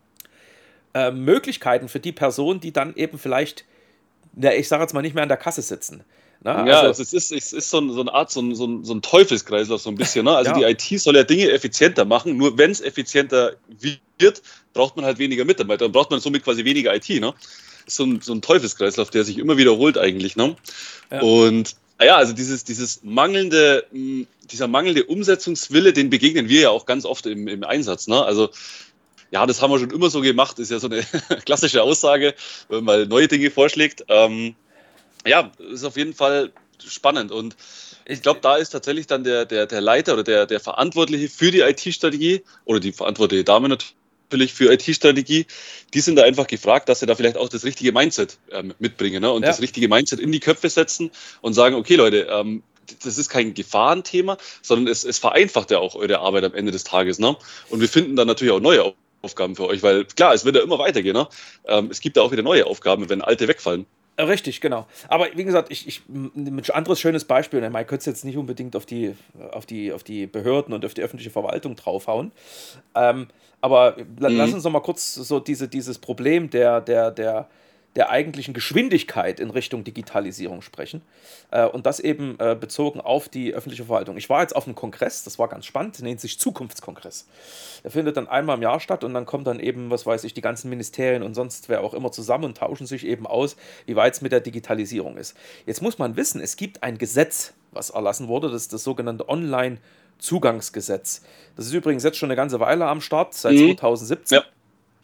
äh, Möglichkeiten für die Personen, die dann eben vielleicht, ja, ich sage jetzt mal, nicht mehr an der Kasse sitzen. Na, ja, also es ist, es ist so, so eine Art, so ein, so ein, so ein Teufelskreislauf so ein bisschen. Ne? Also ja. Die I T soll ja Dinge effizienter machen, nur wenn es effizienter wird, braucht man halt weniger Mitarbeiter, dann braucht man somit quasi weniger I T. Ne? Das ist so ein, so ein Teufelskreislauf, der sich immer wiederholt eigentlich. Ne? Ja. Und ja, also dieses, dieses mangelnde, dieser mangelnde Umsetzungswille, den begegnen wir ja auch ganz oft im, im Einsatz. Ne? Also ja, das haben wir schon immer so gemacht, ist ja so eine klassische Aussage, wenn man mal neue Dinge vorschlägt. Ähm, ja, ist auf jeden Fall spannend und ich glaube, da ist tatsächlich dann der, der, der Leiter oder der, der Verantwortliche für die I T-Strategie oder die verantwortliche Dame natürlich für I T-Strategie, die sind da einfach gefragt, dass sie da vielleicht auch das richtige Mindset ähm, mitbringen, ne? Und ja. das richtige Mindset in die Köpfe setzen und sagen, okay Leute, ähm, das ist kein Gefahrenthema, sondern es, es vereinfacht ja auch eure Arbeit am Ende des Tages. Ne? Und wir finden dann natürlich auch neue Aufgaben für euch, weil klar, es wird ja immer weitergehen. Ne? Ähm, es gibt ja auch wieder neue Aufgaben, wenn alte wegfallen. Richtig, genau. Aber wie gesagt, ich, ich ein anderes schönes Beispiel, ne, man könnte es jetzt nicht unbedingt auf die, auf, die, auf die Behörden und auf die öffentliche Verwaltung draufhauen. Ähm, aber mhm. lass uns noch mal kurz so diese, dieses Problem der, der, der, der eigentlichen Geschwindigkeit in Richtung Digitalisierung sprechen. Äh, und das eben äh, bezogen auf die öffentliche Verwaltung. Ich war jetzt auf einem Kongress, das war ganz spannend, nennt sich Zukunftskongress. Der findet dann einmal im Jahr statt und dann kommen dann eben, was weiß ich, die ganzen Ministerien und sonst wer auch immer zusammen und tauschen sich eben aus, wie weit es mit der Digitalisierung ist. Jetzt muss man wissen, es gibt ein Gesetz, was erlassen wurde, das ist das sogenannte Online-Zugangsgesetz. Das ist übrigens jetzt schon eine ganze Weile am Start, seit mhm. zweitausendsiebzehn. Ja.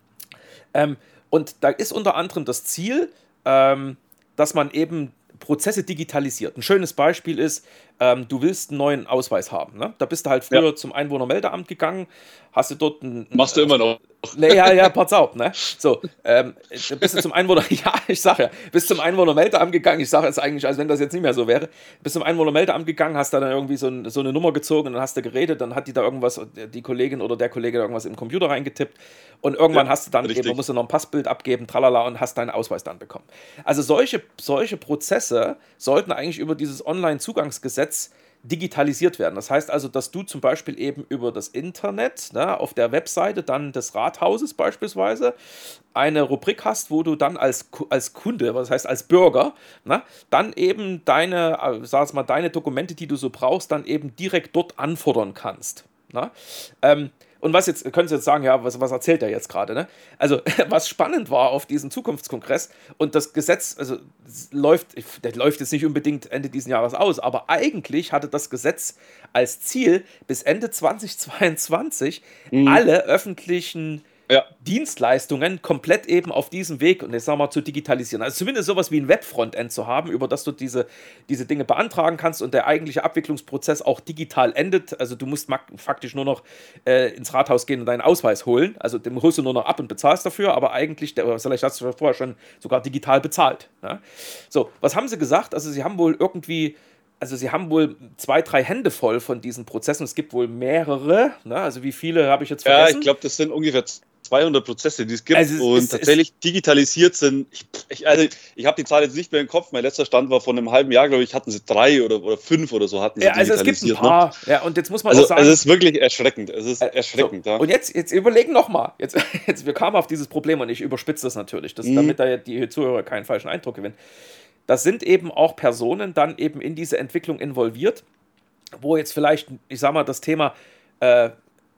Ähm, Und da ist unter anderem das Ziel, ähm, dass man eben Prozesse digitalisiert. Ein schönes Beispiel ist, ähm, du willst einen neuen Ausweis haben. Ne? Da bist du halt früher ja. zum Einwohnermeldeamt gegangen, hast du dort einen... Machst du immer noch. Ne, ja, ja, pass auf, ne? So, ähm, bist du zum Einwohner... Ja, ich sag ja, bist zum Einwohnermeldeamt gegangen, ich sage jetzt eigentlich, als wenn das jetzt nicht mehr so wäre, bist zum Einwohnermeldeamt gegangen, hast da dann irgendwie so, ein, so eine Nummer gezogen und dann hast du geredet, dann hat die da irgendwas, die Kollegin oder der Kollege da irgendwas im Computer reingetippt und irgendwann ja, hast du dann richtig. eben, musst du noch ein Passbild abgeben, tralala, und hast deinen Ausweis dann bekommen. Also solche, solche Prozesse sollten eigentlich über dieses Online-Zugangsgesetz digitalisiert werden. Das heißt also, dass du zum Beispiel eben über das Internet, ne, auf der Webseite dann des Rathauses beispielsweise, eine Rubrik hast, wo du dann als, als Kunde, was heißt als Bürger, ne, dann eben deine, sag mal, deine Dokumente, die du so brauchst, dann eben direkt dort anfordern kannst. Ne? Ähm, Und was jetzt, könnt ihr jetzt sagen, ja, was, was erzählt er jetzt gerade, ne? Also, was spannend war auf diesem Zukunftskongress und das Gesetz, also, läuft, der läuft jetzt nicht unbedingt Ende dieses Jahres aus, aber eigentlich hatte das Gesetz als Ziel, bis Ende zweitausendzweiundzwanzig mhm. alle öffentlichen ja. Dienstleistungen komplett eben auf diesem Weg, und jetzt sagen wir mal, zu digitalisieren. Also zumindest sowas wie ein Webfrontend zu haben, über das du diese, diese Dinge beantragen kannst und der eigentliche Abwicklungsprozess auch digital endet. Also du musst faktisch nur noch äh, ins Rathaus gehen und deinen Ausweis holen. Also den holst du nur noch ab und bezahlst dafür, aber eigentlich, der, vielleicht hast du vorher schon sogar digital bezahlt. Ja? So, was haben sie gesagt? Also sie haben wohl irgendwie... Also sie haben wohl zwei, drei Hände voll von diesen Prozessen. Es gibt wohl mehrere. Ne? Also wie viele habe ich jetzt vergessen? Ja, ich glaube, das sind ungefähr zweihundert Prozesse, die es gibt. Also es und ist, tatsächlich ist, digitalisiert sind. Ich, ich, also ich habe die Zahl jetzt nicht mehr im Kopf. Mein letzter Stand war von einem halben Jahr, glaube ich, hatten sie drei oder, oder fünf oder so hatten sie ja, also es gibt ein paar. Ne? Ja, und jetzt muss man also, auch sagen... Also es ist wirklich erschreckend. Es ist erschreckend. So. Ja. Und jetzt, jetzt überlegen nochmal. Jetzt, jetzt, wir kamen auf dieses Problem und ich überspitze das natürlich, das, mhm. damit da die Zuhörer keinen falschen Eindruck gewinnen. Das sind eben auch Personen dann eben in diese Entwicklung involviert, wo jetzt vielleicht, ich sag mal, das Thema, äh,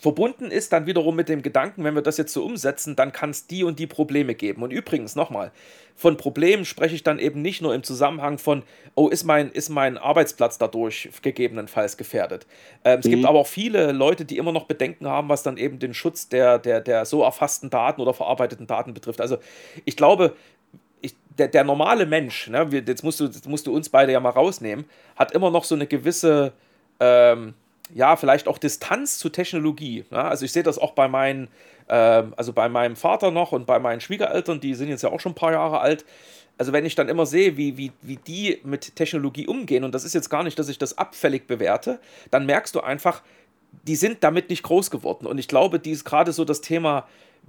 verbunden ist dann wiederum mit dem Gedanken, wenn wir das jetzt so umsetzen, dann kann es die und die Probleme geben. Und übrigens, nochmal, von Problemen spreche ich dann eben nicht nur im Zusammenhang von, oh, ist mein, ist mein Arbeitsplatz dadurch gegebenenfalls gefährdet. Ähm, es gibt Mhm. aber auch viele Leute, die immer noch Bedenken haben, was dann eben den Schutz der, der, der so erfassten Daten oder verarbeiteten Daten betrifft. Also ich glaube, ich, der, der normale Mensch, ne, wir, jetzt, musst du, jetzt musst du uns beide ja mal rausnehmen, hat immer noch so eine gewisse, ähm, ja, vielleicht auch Distanz zu Technologie. Ne? Also ich sehe das auch bei meinen, ähm, also bei meinem Vater noch und bei meinen Schwiegereltern, die sind jetzt ja auch schon ein paar Jahre alt. Also wenn ich dann immer sehe, wie, wie, wie die mit Technologie umgehen, und das ist jetzt gar nicht, dass ich das abfällig bewerte, dann merkst du einfach, die sind damit nicht groß geworden. Und ich glaube, dies gerade so das Thema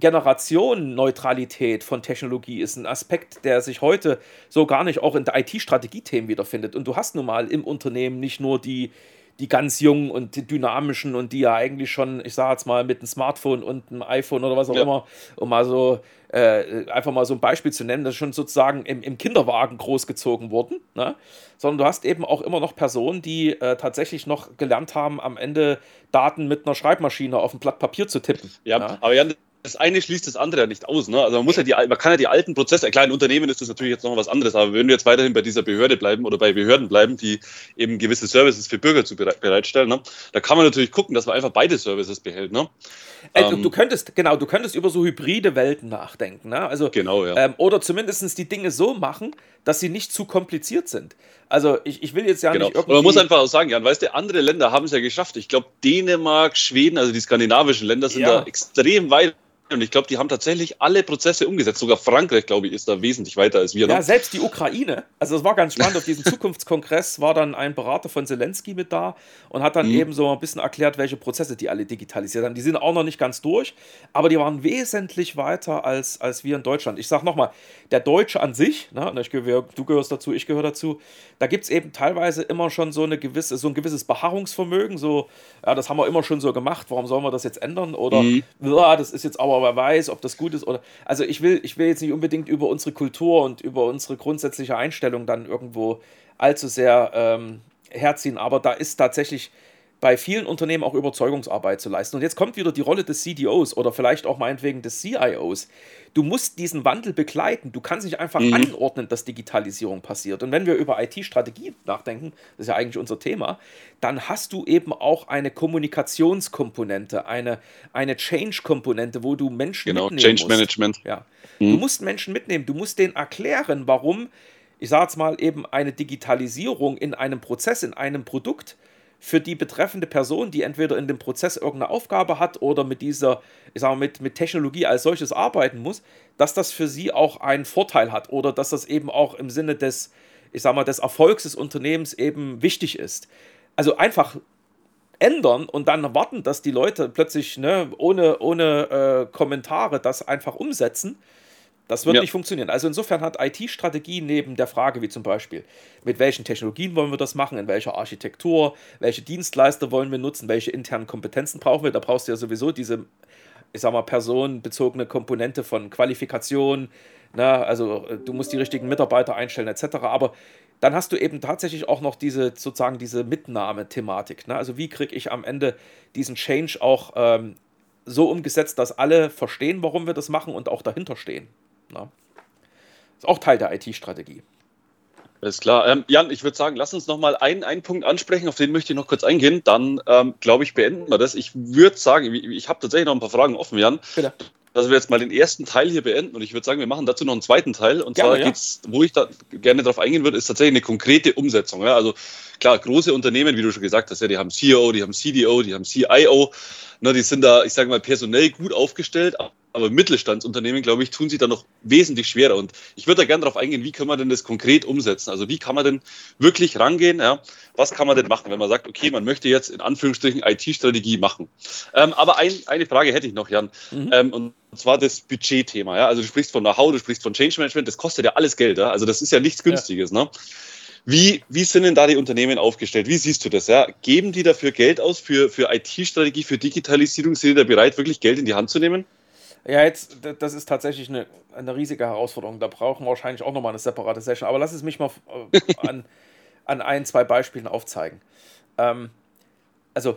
Generationenneutralität von Technologie ist ein Aspekt, der sich heute so gar nicht auch in der I T-Strategiethemen wiederfindet. Und du hast nun mal im Unternehmen nicht nur die, die ganz jungen und die dynamischen und die ja eigentlich schon, ich sage jetzt mal, mit einem Smartphone und einem iPhone oder was auch Ja. immer, um mal so äh, einfach mal so ein Beispiel zu nennen, das schon sozusagen im, im Kinderwagen großgezogen wurden, ne? Sondern du hast eben auch immer noch Personen, die äh, tatsächlich noch gelernt haben, am Ende Daten mit einer Schreibmaschine auf ein Blatt Papier zu tippen. Ja, Ja? aber Jan, das eine schließt das andere ja nicht aus. Ne? Also man muss ja die, man kann ja die alten Prozesse, klar, in Unternehmen ist das natürlich jetzt noch was anderes, aber wenn wir jetzt weiterhin bei dieser Behörde bleiben oder bei Behörden bleiben, die eben gewisse Services für Bürger zu bereit, bereitstellen, ne? Da kann man natürlich gucken, dass man einfach beide Services behält. Ne? Äh, du, Ähm, du könntest, genau, du könntest über so hybride Welten nachdenken, ne? Also, genau, ja. ähm, oder zumindest die Dinge so machen, dass sie nicht zu kompliziert sind. Also, ich, ich will jetzt ja Genau. nicht Und man muss irgendwie. einfach auch sagen, Jan, weißt du, andere Länder haben es ja geschafft. Ich glaube, Dänemark, Schweden, also die skandinavischen Länder sind da Ja, extrem weit. Und ich glaube, die haben tatsächlich alle Prozesse umgesetzt. Sogar Frankreich, glaube ich, ist da wesentlich weiter als wir. Ne? ja, selbst die Ukraine. Also, es war ganz spannend. Auf diesem Zukunftskongress war dann ein Berater von Zelensky mit da und hat dann Mhm. eben so ein bisschen erklärt, welche Prozesse die alle digitalisiert haben. Die sind auch noch nicht ganz durch, aber die waren wesentlich weiter als, als wir in Deutschland. Ich sage nochmal, der Deutsche an sich, ne, und ich gehöre, du gehörst dazu, ich gehöre dazu, da gibt es eben teilweise immer schon so, eine gewisse, so ein gewisses Beharrungsvermögen, so, ja, das haben wir immer schon so gemacht, warum sollen wir das jetzt ändern? Oder, Mhm. ja, das ist jetzt aber, wer weiß, ob das gut ist. Oder, also ich will, ich will jetzt nicht unbedingt über unsere Kultur und über unsere grundsätzliche Einstellung dann irgendwo allzu sehr ähm, herziehen, aber da ist tatsächlich bei vielen Unternehmen auch Überzeugungsarbeit zu leisten. Und jetzt kommt wieder die Rolle des C D Os oder vielleicht auch meinetwegen des C I Os. Du musst diesen Wandel begleiten. Du kannst nicht einfach Mhm. anordnen, dass Digitalisierung passiert. Und wenn wir über I T-Strategie nachdenken, das ist ja eigentlich unser Thema, dann hast du eben auch eine Kommunikationskomponente, eine, eine Change-Komponente, wo du Menschen Genau, mitnehmen Change musst. Management. Ja. Du Mhm. musst Menschen mitnehmen, du musst denen erklären, warum, ich sage jetzt mal, eben eine Digitalisierung in einem Prozess, in einem Produkt für die betreffende Person, die entweder in dem Prozess irgendeine Aufgabe hat oder mit dieser, ich sage mal, mit, mit Technologie als solches arbeiten muss, dass das für sie auch einen Vorteil hat oder dass das eben auch im Sinne des, ich sage mal, des Erfolgs des Unternehmens eben wichtig ist. Also einfach ändern und dann warten, dass die Leute plötzlich, ne, ohne, ohne äh, Kommentare das einfach umsetzen, das wird Ja, nicht funktionieren. Also insofern hat I T-Strategie neben der Frage, wie zum Beispiel, mit welchen Technologien wollen wir das machen, in welcher Architektur, welche Dienstleister wollen wir nutzen, welche internen Kompetenzen brauchen wir, da brauchst du ja sowieso diese, ich sag mal, personenbezogene Komponente von Qualifikation, ne? Also äh, du musst die richtigen Mitarbeiter einstellen et cetera. Aber dann hast du eben tatsächlich auch noch diese, sozusagen diese Mitnahmethematik, ne? Also wie kriege ich am Ende diesen Change auch ähm, so umgesetzt, dass alle verstehen, warum wir das machen und auch dahinter stehen. Na? Ist auch Teil der I T-Strategie. alles klar. Ähm, Jan, ich würde sagen, lass uns noch mal einen, einen Punkt ansprechen, auf den möchte ich noch kurz eingehen. Dann, ähm, glaube ich, beenden wir das. Ich würde sagen, ich, ich habe tatsächlich noch ein paar Fragen offen, Jan, Bitte. dass wir jetzt mal den ersten Teil hier beenden. Und ich würde sagen, wir machen dazu noch einen zweiten Teil. Und Gerne, zwar ja. geht's, wo ich da gerne darauf eingehen würde, ist tatsächlich eine konkrete Umsetzung. Ja? Also klar, große Unternehmen, wie du schon gesagt hast, ja, die haben C E O, die haben C D O, die haben C I O. Ne, die sind da, ich sage mal, personell gut aufgestellt. Aber Mittelstandsunternehmen, glaube ich, tun sich da noch wesentlich schwerer. Und ich würde da gerne darauf eingehen, wie kann man denn das konkret umsetzen? Also wie kann man denn wirklich rangehen? Ja? Was kann man denn machen, wenn man sagt, okay, man möchte jetzt in Anführungsstrichen I T-Strategie machen? Ähm, aber ein, eine Frage hätte ich noch, Jan. Mhm. Ähm, und zwar das Budgetthema. Ja? Also du sprichst von Know-how, du sprichst von Change Management, das kostet ja alles Geld. Ja? Also das ist ja nichts Günstiges. Ja. Ne? Wie, wie sind denn da die Unternehmen aufgestellt? Wie siehst du das? Ja? Geben die dafür Geld aus für, für I T-Strategie, für Digitalisierung? Sind die da bereit, wirklich Geld in die Hand zu nehmen? Ja, jetzt, das ist tatsächlich eine, eine riesige Herausforderung. Da brauchen wir wahrscheinlich auch nochmal eine separate Session. Aber lass es mich mal äh, an, an ein, zwei Beispielen aufzeigen. Ähm, also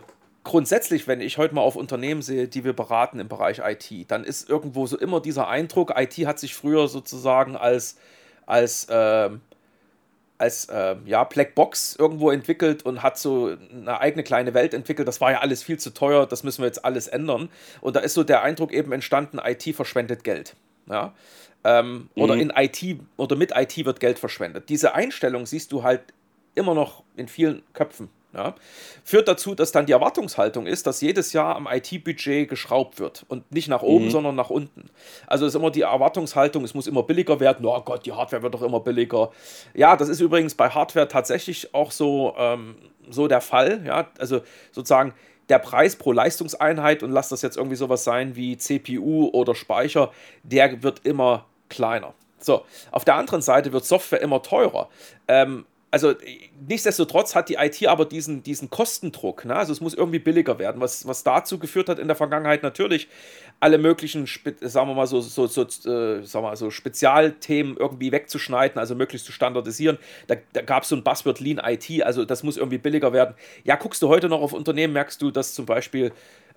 grundsätzlich, wenn ich heute mal auf Unternehmen sehe, die wir beraten im Bereich I T, dann ist irgendwo so immer dieser Eindruck, I T hat sich früher sozusagen als, als, ähm, als äh, ja, Blackbox irgendwo entwickelt und hat so eine eigene kleine Welt entwickelt. Das war ja alles viel zu teuer, das müssen wir jetzt alles ändern. Und da ist so der Eindruck eben entstanden, I T verschwendet Geld. Ja? Ähm, mhm. Oder in I T oder mit I T wird Geld verschwendet. Diese Einstellung siehst du halt immer noch in vielen Köpfen. Ja, führt dazu, dass dann die Erwartungshaltung ist, dass jedes Jahr am I T-Budget geschraubt wird und nicht nach oben, mhm. sondern nach unten. Also ist immer die Erwartungshaltung, es muss immer billiger werden. Oh Gott, die Hardware wird doch immer billiger. Ja, das ist übrigens bei Hardware tatsächlich auch so, ähm, so der Fall. Ja, also sozusagen der Preis pro Leistungseinheit, und lass das jetzt irgendwie sowas sein wie C P U oder Speicher, der wird immer kleiner. So, auf der anderen Seite wird Software immer teurer. Ähm, Also nichtsdestotrotz hat die I T aber diesen, diesen Kostendruck, ne? Also es muss irgendwie billiger werden, was, was dazu geführt hat in der Vergangenheit natürlich, alle möglichen, sagen wir mal so, so, so, äh, sagen wir mal so Spezialthemen irgendwie wegzuschneiden, also möglichst zu standardisieren. Da, da gab es so ein Buzzword Lean I T, also das muss irgendwie billiger werden. Ja, guckst du heute noch auf Unternehmen, merkst du, dass zum Beispiel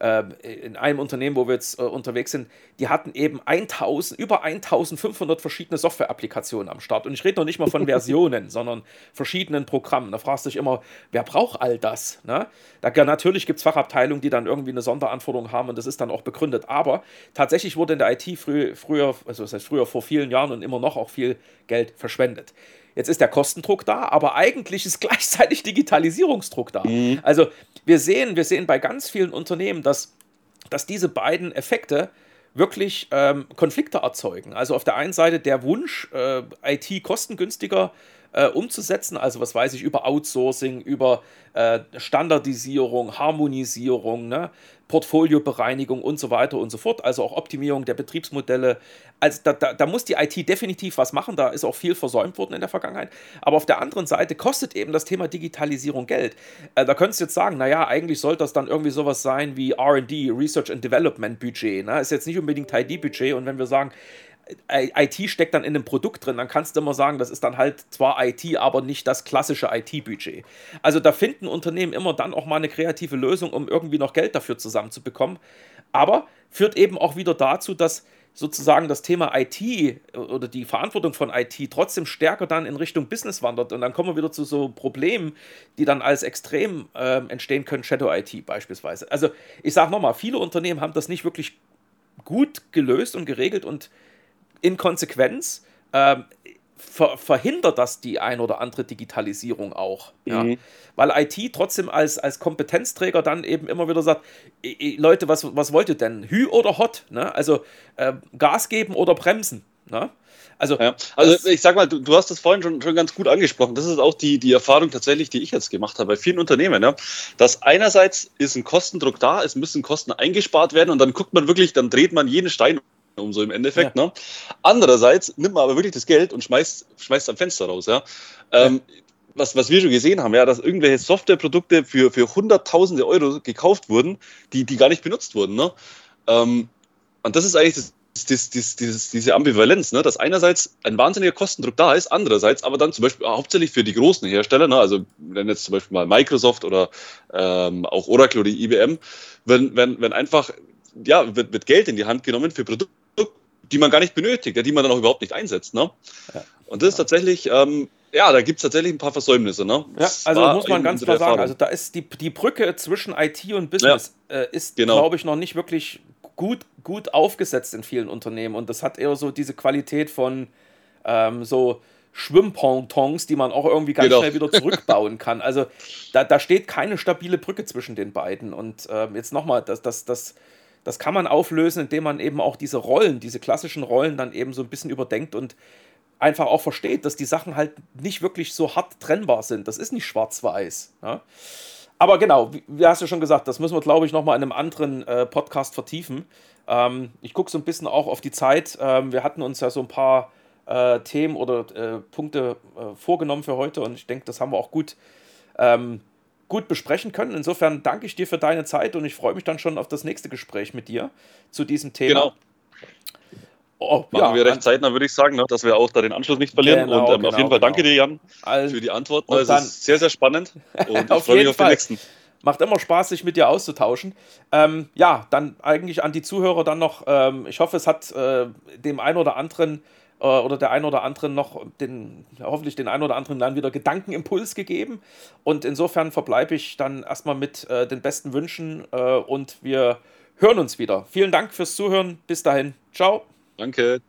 in einem Unternehmen, wo wir jetzt äh, unterwegs sind, die hatten eben tausend, über eintausendfünfhundert verschiedene Software-Applikationen am Start. Und ich rede noch nicht mal von Versionen, sondern verschiedenen Programmen. Da fragst du dich immer, wer braucht all das? Ne? Da, natürlich gibt es Fachabteilungen, die dann irgendwie eine Sonderanforderung haben, und das ist dann auch begründet. Aber tatsächlich wurde in der I T frü- früher, also das heißt früher vor vielen Jahren und immer noch auch viel Geld verschwendet. Jetzt ist der Kostendruck da, aber eigentlich ist gleichzeitig Digitalisierungsdruck da. Mhm. Also wir sehen, wir sehen bei ganz vielen Unternehmen, dass, dass diese beiden Effekte wirklich ähm, Konflikte erzeugen. Also auf der einen Seite der Wunsch, äh, I T kostengünstiger äh, umzusetzen, also was weiß ich, über Outsourcing, über äh, Standardisierung, Harmonisierung, ne? Portfoliobereinigung und so weiter und so fort, also auch Optimierung der Betriebsmodelle. Also da, da, da muss die I T definitiv was machen, da ist auch viel versäumt worden in der Vergangenheit. Aber auf der anderen Seite kostet eben das Thema Digitalisierung Geld. Äh, da könntest du jetzt sagen, naja, eigentlich sollte das dann irgendwie sowas sein wie R and D, Research and Development Budget. Ne? Ist jetzt nicht unbedingt I D-Budget, und wenn wir sagen, I T steckt dann in einem Produkt drin, dann kannst du immer sagen, das ist dann halt zwar I T, aber nicht das klassische I T-Budget. Also da finden Unternehmen immer dann auch mal eine kreative Lösung, um irgendwie noch Geld dafür zusammenzubekommen. Aber führt eben auch wieder dazu, dass sozusagen das Thema I T oder die Verantwortung von I T trotzdem stärker dann in Richtung Business wandert. Und dann kommen wir wieder zu so Problemen, die dann als extrem äh, entstehen können, Shadow I T beispielsweise. Also ich sage nochmal, viele Unternehmen haben das nicht wirklich gut gelöst und geregelt, und in Konsequenz ähm, ver- verhindert das die ein oder andere Digitalisierung auch. Ja? Mhm. Weil I T trotzdem als, als Kompetenzträger dann eben immer wieder sagt, Leute, was, was wollt ihr denn? Hü oder Hot? Ne? Also äh, Gas geben oder bremsen? Ne? Also, ja. also ich sag mal, du, du hast das vorhin schon, schon ganz gut angesprochen. Das ist auch die, die Erfahrung tatsächlich, die ich jetzt gemacht habe bei vielen Unternehmen. Ja? Dass einerseits ist ein Kostendruck da, es müssen Kosten eingespart werden, und dann guckt man wirklich, dann dreht man jeden Stein um, so im Endeffekt. Ja. Ne? Andererseits nimmt man aber wirklich das Geld und schmeißt, schmeißt am Fenster raus. Ja? Ähm, ja. Was, was wir schon gesehen haben, ja, dass irgendwelche Softwareprodukte für, für hunderttausende Euro gekauft wurden, die, die gar nicht benutzt wurden. Ne? Ähm, und das ist eigentlich das, das, das, das, diese Ambivalenz, ne? Dass einerseits ein wahnsinniger Kostendruck da ist, andererseits aber dann zum Beispiel hauptsächlich für die großen Hersteller, ne? Also wenn jetzt zum Beispiel mal Microsoft oder ähm, auch Oracle oder I B M, wenn, wenn, wenn einfach, ja, wird, wird Geld in die Hand genommen für Produkte, die man gar nicht benötigt, ja, die man dann auch überhaupt nicht einsetzt. Ne? Ja. Und das ist tatsächlich, ähm, ja, da gibt es tatsächlich ein paar Versäumnisse. Ne? Ja, also muss man ganz klar sagen, also da ist die, die Brücke zwischen I T und Business ja. äh, ist, genau. glaube ich, noch nicht wirklich gut, gut aufgesetzt in vielen Unternehmen, und das hat eher so diese Qualität von ähm, so Schwimmpontons, die man auch irgendwie ganz genau. schnell wieder zurückbauen kann. Also da, da steht keine stabile Brücke zwischen den beiden, und äh, jetzt nochmal, das, das, das Das kann man auflösen, indem man eben auch diese Rollen, diese klassischen Rollen dann eben so ein bisschen überdenkt und einfach auch versteht, dass die Sachen halt nicht wirklich so hart trennbar sind. Das ist nicht schwarz-weiß. Ja? Aber genau, wie, wie hast du schon gesagt, das müssen wir, glaube ich, nochmal in einem anderen äh, Podcast vertiefen. Ähm, ich gucke so ein bisschen auch auf die Zeit. Ähm, wir hatten uns ja so ein paar äh, Themen oder äh, Punkte äh, vorgenommen für heute, und ich denke, das haben wir auch gut ähm, gut besprechen können. Insofern danke ich dir für deine Zeit, und ich freue mich dann schon auf das nächste Gespräch mit dir zu diesem Thema. Genau. Oh, Machen ja, wir recht zeitnah, würde ich sagen, ne, dass wir auch da den Anschluss nicht verlieren. Genau, und ähm, genau, auf jeden Fall genau. danke dir, Jan, für die Antworten. Es ist sehr, sehr spannend, und ich freue mich auf den nächsten. Macht immer Spaß, sich mit dir auszutauschen. Ähm, ja, dann eigentlich an die Zuhörer dann noch, ähm, ich hoffe, es hat äh, dem einen oder anderen äh, oder der einen oder anderen noch den, hoffentlich den einen oder anderen dann wieder Gedankenimpuls gegeben. Und insofern verbleibe ich dann erstmal mit äh, den besten Wünschen äh, und wir hören uns wieder. Vielen Dank fürs Zuhören. Bis dahin. Ciao. Danke.